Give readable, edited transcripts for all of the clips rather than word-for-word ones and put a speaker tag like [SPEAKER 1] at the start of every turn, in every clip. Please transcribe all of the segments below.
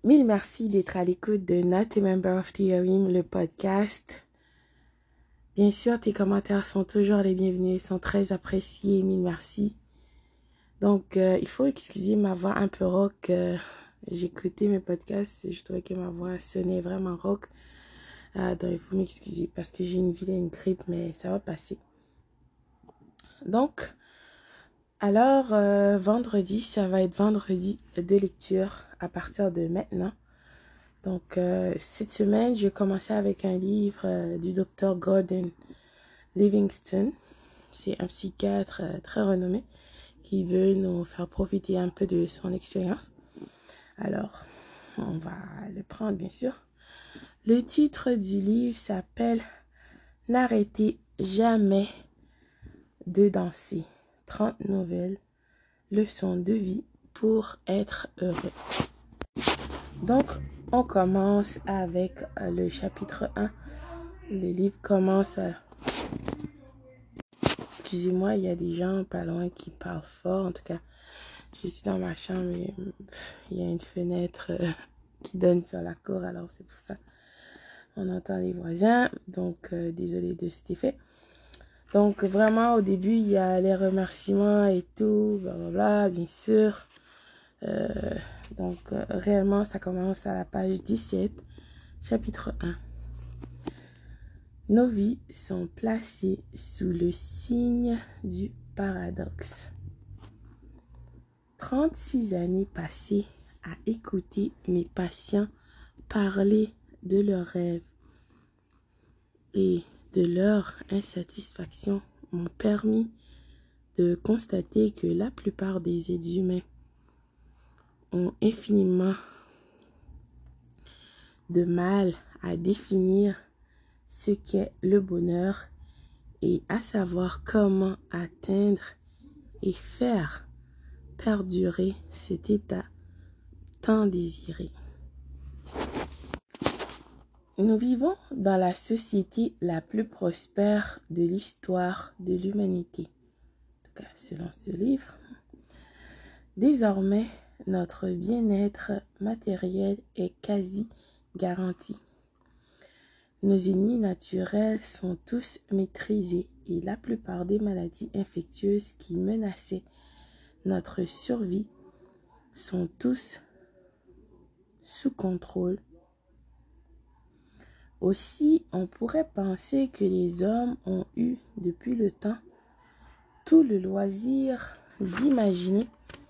[SPEAKER 1] Mille merci d'être à l'écoute de Not a Member of Theorem, le podcast. Bien sûr, tes commentaires sont toujours les bienvenus, sont très appréciés. Mille merci. Donc, il faut excuser ma voix un peu rock. J'écoutais mes podcasts et je trouvais que ma voix sonnait vraiment rock. Donc, il faut m'excuser parce que j'ai une vilaine grippe, mais ça va passer. Donc, alors, vendredi, ça va être vendredi de lecture à partir de maintenant. Donc, cette semaine, j'ai commencé avec un livre du docteur Gordon Livingston. C'est un psychiatre très renommé qui veut nous faire profiter un peu de son expérience. Alors, on va le prendre, bien sûr. Le titre du livre s'appelle « N'arrêtez jamais de danser. 30 nouvelles leçons de vie pour être heureux ». Donc, on commence avec le chapitre 1. Le livre commence... Excusez-moi, il y a des gens pas loin qui parlent fort. En tout cas, je suis dans ma chambre et il y a une fenêtre qui donne sur la cour. Alors, c'est pour ça. On entend les voisins. Donc, désolé de cet effet. Donc, vraiment, au début, il y a les remerciements et tout. Blablabla, bien sûr. Donc, réellement, ça commence à la page 17, chapitre 1. Nos vies sont placées sous le signe du paradoxe. 36 années passées à écouter mes patients parler de leurs rêves et de leur insatisfaction m'ont permis de constater que la plupart des êtres humains ont infiniment de mal à définir ce qu'est le bonheur et à savoir comment atteindre et faire perdurer cet état tant désiré. Nous vivons dans la société la plus prospère de l'histoire de l'humanité. En tout cas, selon ce livre. Désormais, notre bien-être matériel est quasi garanti. Nos ennemis naturels sont tous maîtrisés et la plupart des maladies infectieuses qui menaçaient notre survie sont tous sous contrôle. Aussi, on pourrait penser que les hommes ont eu depuis le temps tout le loisir d'imaginer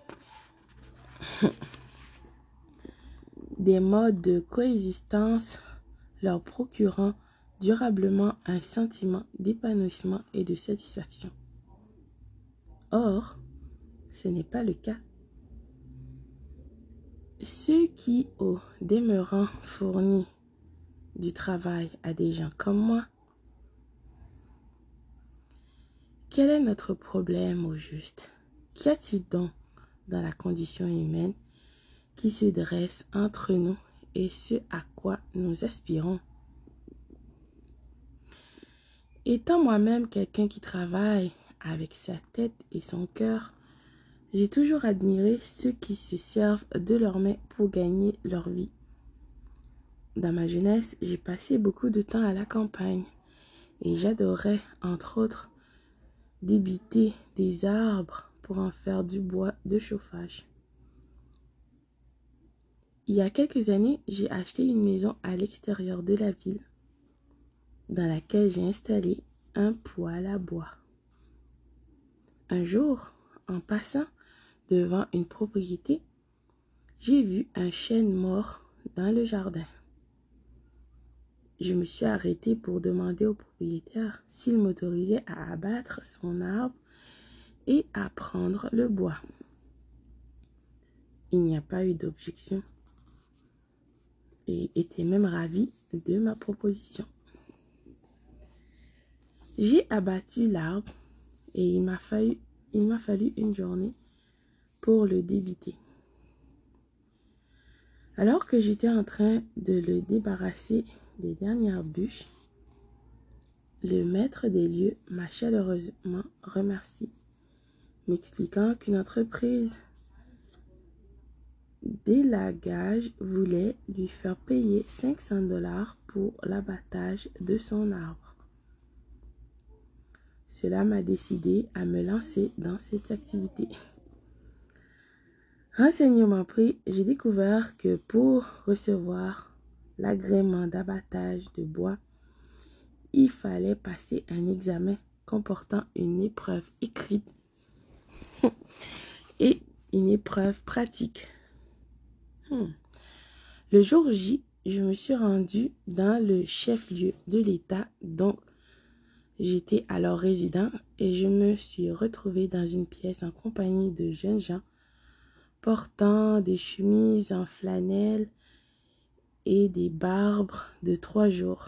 [SPEAKER 1] des modes de coexistence leur procurant durablement un sentiment d'épanouissement et de satisfaction. Or, ce n'est pas le cas. Ceux qui, au demeurant, fournissent du travail à des gens comme moi, quel est notre problème au juste? Qu'y a-t-il donc dans la condition humaine qui se dresse entre nous et ce à quoi nous aspirons? Étant moi-même quelqu'un qui travaille avec sa tête et son cœur, j'ai toujours admiré ceux qui se servent de leurs mains pour gagner leur vie. Dans ma jeunesse, j'ai passé beaucoup de temps à la campagne et j'adorais, entre autres, débiter des arbres pour en faire du bois de chauffage. Il y a quelques années, j'ai acheté une maison à l'extérieur de la ville dans laquelle j'ai installé un poêle à bois. Un jour, en passant devant une propriété, j'ai vu un chêne mort dans le jardin. Je me suis arrêtée pour demander au propriétaire s'il m'autorisait à abattre son arbre et à prendre le bois. Il n'y a pas eu d'objection et était même ravi de ma proposition. J'ai abattu l'arbre et il m'a fallu une journée pour le débiter. Alors que j'étais en train de le débarrasser des dernières bûches, le maître des lieux m'a chaleureusement remercié, m'expliquant qu'une entreprise d'élagage voulait lui faire payer 500 $ pour l'abattage de son arbre. Cela m'a décidé à me lancer dans cette activité. Renseignement pris, j'ai découvert que pour recevoir l'agrément d'abattage de bois, il fallait passer un examen comportant une épreuve écrite et une épreuve pratique. Le jour J, je me suis rendue dans le chef-lieu de l'État dont j'étais alors résident et je me suis retrouvée dans une pièce en compagnie de jeunes gens portant des chemises en flanelle et des barbes de 3 jours.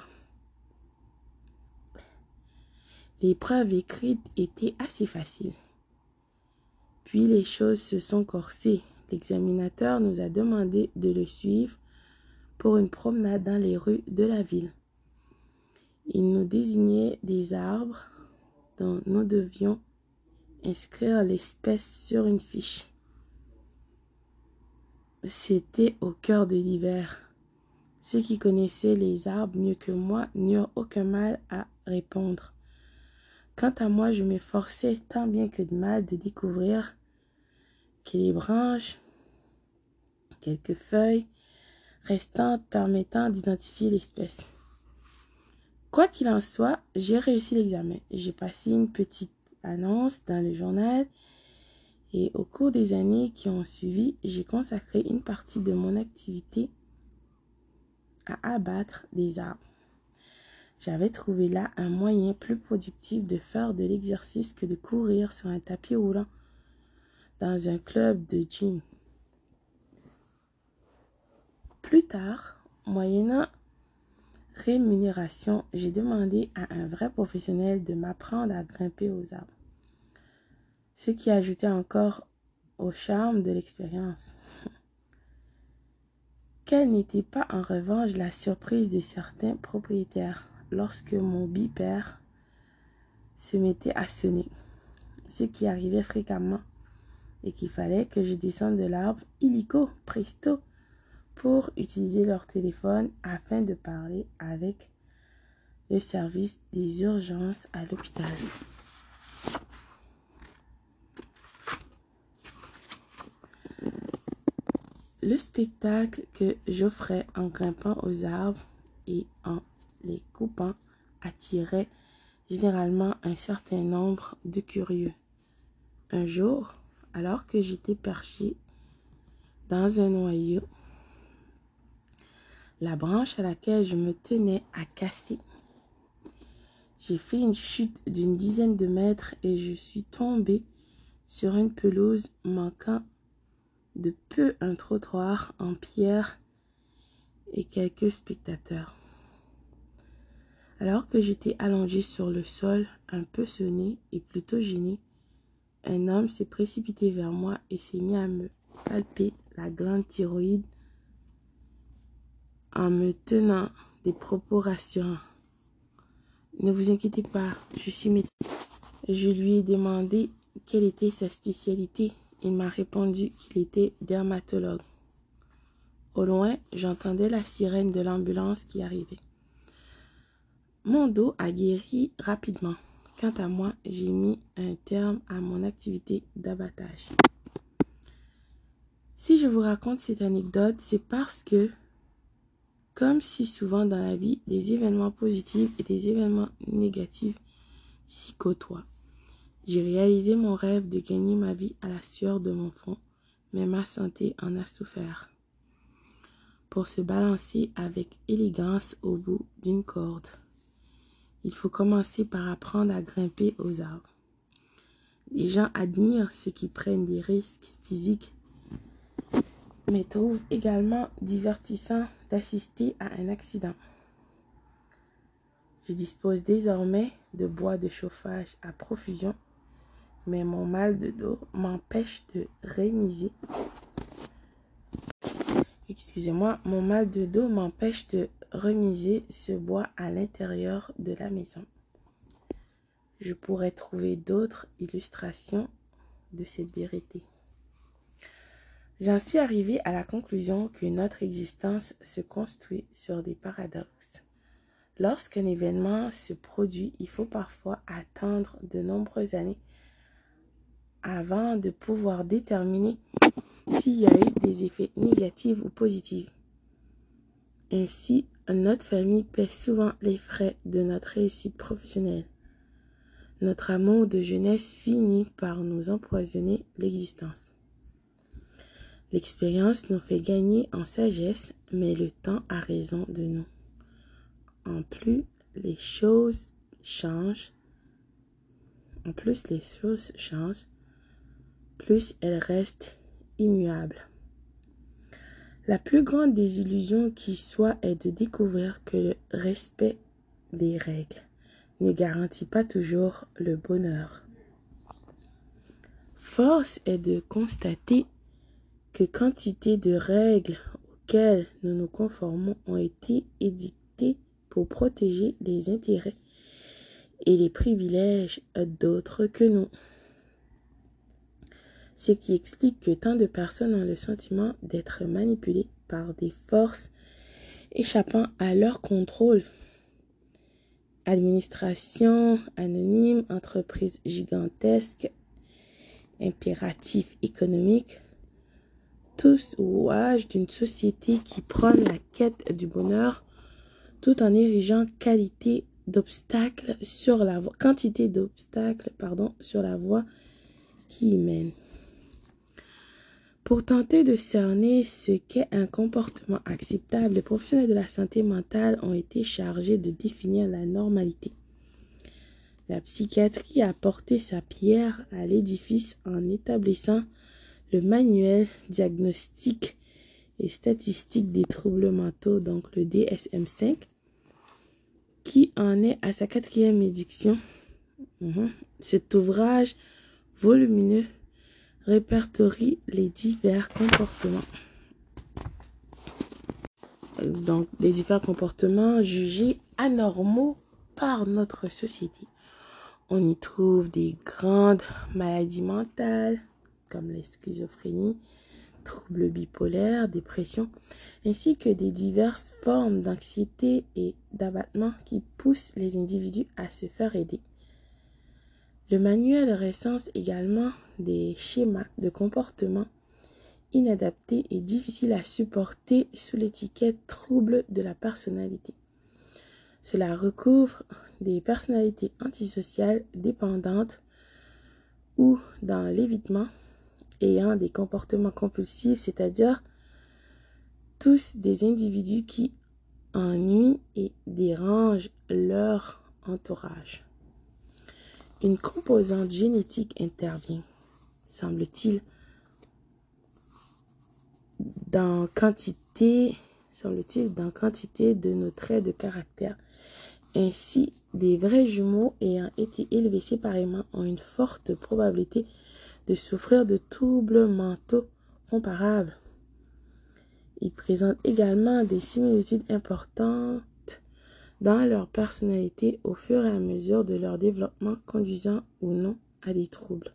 [SPEAKER 1] L'épreuve écrite était assez facile. Puis les choses se sont corsées. L'examinateur nous a demandé de le suivre pour une promenade dans les rues de la ville. Il nous désignait des arbres dont nous devions inscrire l'espèce sur une fiche. C'était au cœur de l'hiver. Ceux qui connaissaient les arbres mieux que moi n'eurent aucun mal à répondre. Quant à moi, je m'efforçais tant bien que de mal de découvrir que les branches, quelques feuilles restantes permettant d'identifier l'espèce. Quoi qu'il en soit, j'ai réussi l'examen. J'ai passé une petite annonce dans le journal et au cours des années qui ont suivi, j'ai consacré une partie de mon activité à abattre des arbres. J'avais trouvé là un moyen plus productif de faire de l'exercice que de courir sur un tapis roulant dans un club de gym. Plus tard, moyennant rémunération, j'ai demandé à un vrai professionnel de m'apprendre à grimper aux arbres, ce qui ajoutait encore au charme de l'expérience. Quelle n'était pas en revanche la surprise de certains propriétaires lorsque mon bipère se mettait à sonner, ce qui arrivait fréquemment, et qu'il fallait que je descende de l'arbre illico presto pour utiliser leur téléphone afin de parler avec le service des urgences à l'hôpital. Le spectacle que j'offrais en grimpant aux arbres et en les coupant attirait généralement un certain nombre de curieux. Un jour, alors que j'étais perché dans un noyau, la branche à laquelle je me tenais a cassé. J'ai fait une chute d'une dizaine de mètres et je suis tombée sur une pelouse manquant de peu un trottoir en pierre et quelques spectateurs. Alors que j'étais allongée sur le sol, un peu sonné et plutôt gêné, un homme s'est précipité vers moi et s'est mis à me palper la glande thyroïde en me tenant des propos rassurants. Ne vous inquiétez pas, je suis médecin. Je lui ai demandé quelle était sa spécialité. Il m'a répondu qu'il était dermatologue. Au loin, j'entendais la sirène de l'ambulance qui arrivait. Mon dos a guéri rapidement. Quant à moi, j'ai mis un terme à mon activité d'abattage. Si je vous raconte cette anecdote, c'est parce que, comme si souvent dans la vie, des événements positifs et des événements négatifs s'y côtoient. J'ai réalisé mon rêve de gagner ma vie à la sueur de mon front, mais ma santé en a souffert. Pour se balancer avec élégance au bout d'une corde, il faut commencer par apprendre à grimper aux arbres. Les gens admirent ceux qui prennent des risques physiques, mais trouvent également divertissant d'assister à un accident. Je dispose désormais de bois de chauffage à profusion, mais mon mal de dos m'empêche de rémiser. Mon mal de dos m'empêche de remiser ce bois à l'intérieur de la maison. Je pourrais trouver d'autres illustrations de cette vérité. J'en suis arrivée à la conclusion que notre existence se construit sur des paradoxes. Lorsqu'un événement se produit, il faut parfois attendre de nombreuses années avant de pouvoir déterminer s'il y a eu des effets négatifs ou positifs. Ainsi, notre famille paie souvent les frais de notre réussite professionnelle. Notre amour de jeunesse finit par nous empoisonner l'existence. L'expérience nous fait gagner en sagesse, mais le temps a raison de nous. En plus, les choses changent, plus elles restent immuables. La plus grande désillusion qui soit est de découvrir que le respect des règles ne garantit pas toujours le bonheur. Force est de constater que quantité de règles auxquelles nous nous conformons ont été édictées pour protéger les intérêts et les privilèges d'autres que nous. Ce qui explique que tant de personnes ont le sentiment d'être manipulées par des forces échappant à leur contrôle. Administration anonyme, entreprises gigantesques, impératifs économiques, tous rouages d'une société qui prône la quête du bonheur tout en érigeant quantité d'obstacles sur la voie qui y mène. Pour tenter de cerner ce qu'est un comportement acceptable, les professionnels de la santé mentale ont été chargés de définir la normalité. La psychiatrie a porté sa pierre à l'édifice en établissant le manuel diagnostique et statistique des troubles mentaux, donc le DSM-5, qui en est à sa 4e édition. Cet ouvrage volumineux répertorie les divers comportements. Donc, les divers comportements jugés anormaux par notre société. On y trouve des grandes maladies mentales, comme la schizophrénie, troubles bipolaires, dépression, ainsi que des diverses formes d'anxiété et d'abattement qui poussent les individus à se faire aider. Le manuel recense également des schémas de comportement inadaptés et difficiles à supporter sous l'étiquette trouble de la personnalité. Cela recouvre des personnalités antisociales dépendantes ou dans l'évitement, ayant des comportements compulsifs, c'est-à-dire tous des individus qui ennuient et dérangent leur entourage. Une composante génétique intervient, semble-t-il, dans quantité de nos traits de caractère. Ainsi, des vrais jumeaux ayant été élevés séparément ont une forte probabilité de souffrir de troubles mentaux comparables. Ils présentent également des similitudes importantes dans leur personnalité au fur et à mesure de leur développement, conduisant ou non à des troubles.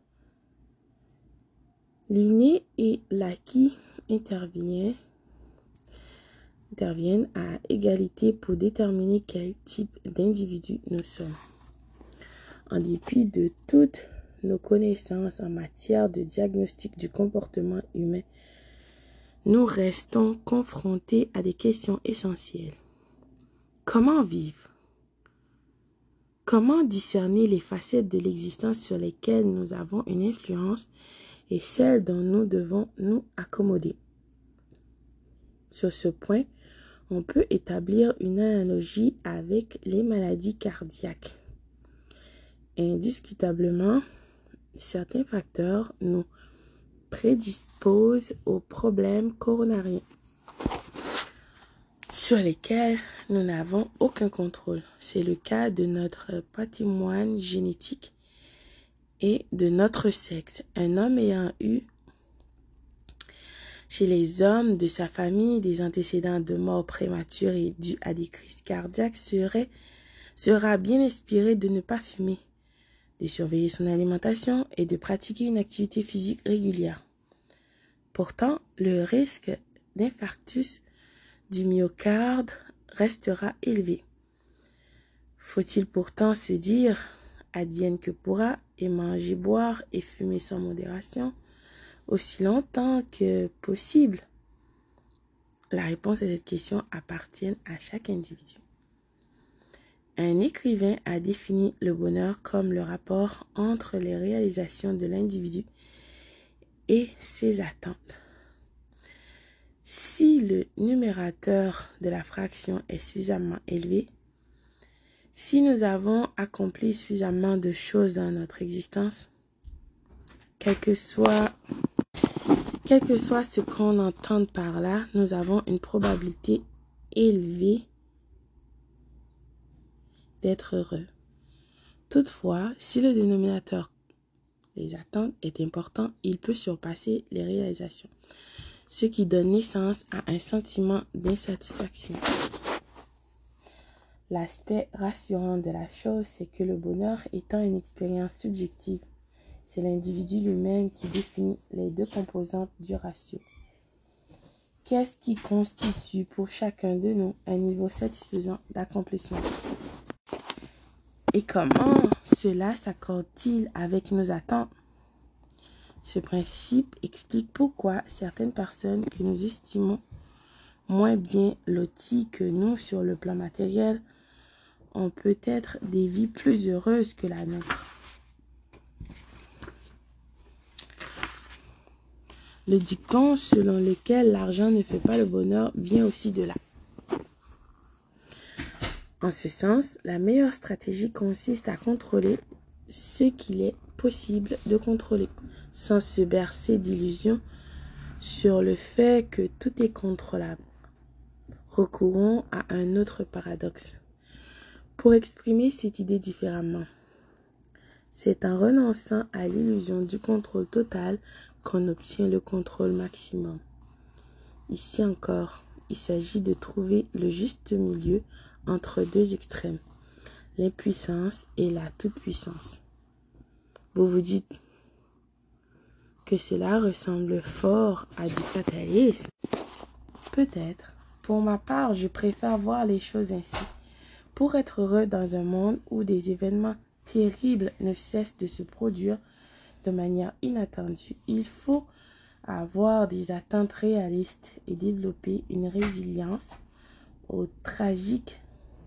[SPEAKER 1] L'inné et l'acquis interviennent à égalité pour déterminer quel type d'individu nous sommes. En dépit de toutes nos connaissances en matière de diagnostic du comportement humain, nous restons confrontés à des questions essentielles. Comment vivre? Comment discerner les facettes de l'existence sur lesquelles nous avons une influence et celles dont nous devons nous accommoder? Sur ce point, on peut établir une analogie avec les maladies cardiaques. Indiscutablement, certains facteurs nous prédisposent aux problèmes coronariens sur lesquels nous n'avons aucun contrôle. C'est le cas de notre patrimoine génétique et de notre sexe. Un homme ayant eu chez les hommes de sa famille des antécédents de mort prématurée dus à des crises cardiaques sera bien inspiré de ne pas fumer, de surveiller son alimentation et de pratiquer une activité physique régulière. Pourtant, le risque d'infarctus du myocarde restera élevé. Faut-il pourtant se dire, advienne que pourra, et manger, boire et fumer sans modération, aussi longtemps que possible? La réponse à cette question appartient à chaque individu. Un écrivain a défini le bonheur comme le rapport entre les réalisations de l'individu et ses attentes. Si le numérateur de la fraction est suffisamment élevé, si nous avons accompli suffisamment de choses dans notre existence, quel que soit ce qu'on entend par là, nous avons une probabilité élevée d'être heureux. Toutefois, si le dénominateur, les attentes, est important, il peut surpasser les réalisations, ce qui donne naissance à un sentiment d'insatisfaction. L'aspect rassurant de la chose, c'est que le bonheur étant une expérience subjective, c'est l'individu lui-même qui définit les deux composantes du ratio. Qu'est-ce qui constitue pour chacun de nous un niveau satisfaisant d'accomplissement? Et comment cela s'accorde-t-il avec nos attentes? Ce principe explique pourquoi certaines personnes que nous estimons moins bien loties que nous sur le plan matériel ont peut-être des vies plus heureuses que la nôtre. Le dicton selon lequel l'argent ne fait pas le bonheur vient aussi de là. En ce sens, la meilleure stratégie consiste à contrôler ce qu'il est possible de contrôler, sans se bercer d'illusions sur le fait que tout est contrôlable. Recourons à un autre paradoxe. Pour exprimer cette idée différemment, c'est en renonçant à l'illusion du contrôle total qu'on obtient le contrôle maximum. Ici encore, il s'agit de trouver le juste milieu entre deux extrêmes, l'impuissance et la toute-puissance. Vous vous dites que cela ressemble fort à du fatalisme. Peut-être. Pour ma part, je préfère voir les choses ainsi. Pour être heureux dans un monde où des événements terribles ne cessent de se produire de manière inattendue, il faut avoir des attentes réalistes et développer une résilience au tragique.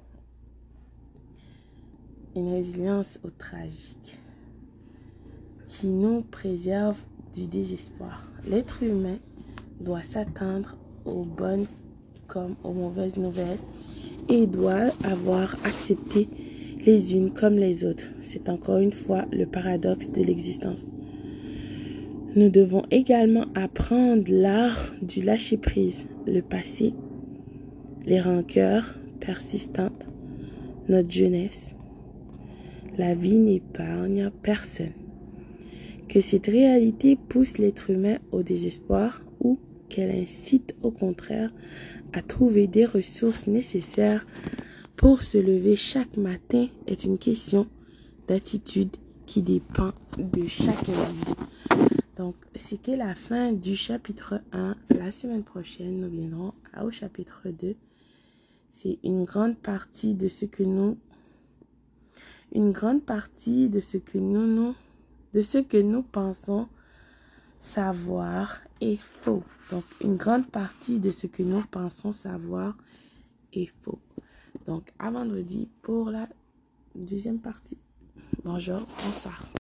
[SPEAKER 1] Qui nous préserve du désespoir. L'être humain doit s'attendre aux bonnes comme aux mauvaises nouvelles et doit avoir accepté les unes comme les autres. C'est encore une fois le paradoxe de l'existence. Nous devons également apprendre l'art du lâcher-prise, le passé, les rancœurs persistantes, notre jeunesse. La vie n'épargne personne. Que cette réalité pousse l'être humain au désespoir ou qu'elle incite au contraire à trouver des ressources nécessaires pour se lever chaque matin est une question d'attitude qui dépend de chaque individu. Donc, c'était la fin du chapitre 1. La semaine prochaine, nous viendrons au chapitre 2. C'est une grande partie de ce que nous pensons savoir est faux. Donc, une grande partie de ce que nous pensons savoir est faux. Donc, à vendredi pour la deuxième partie. Bonjour, bonsoir.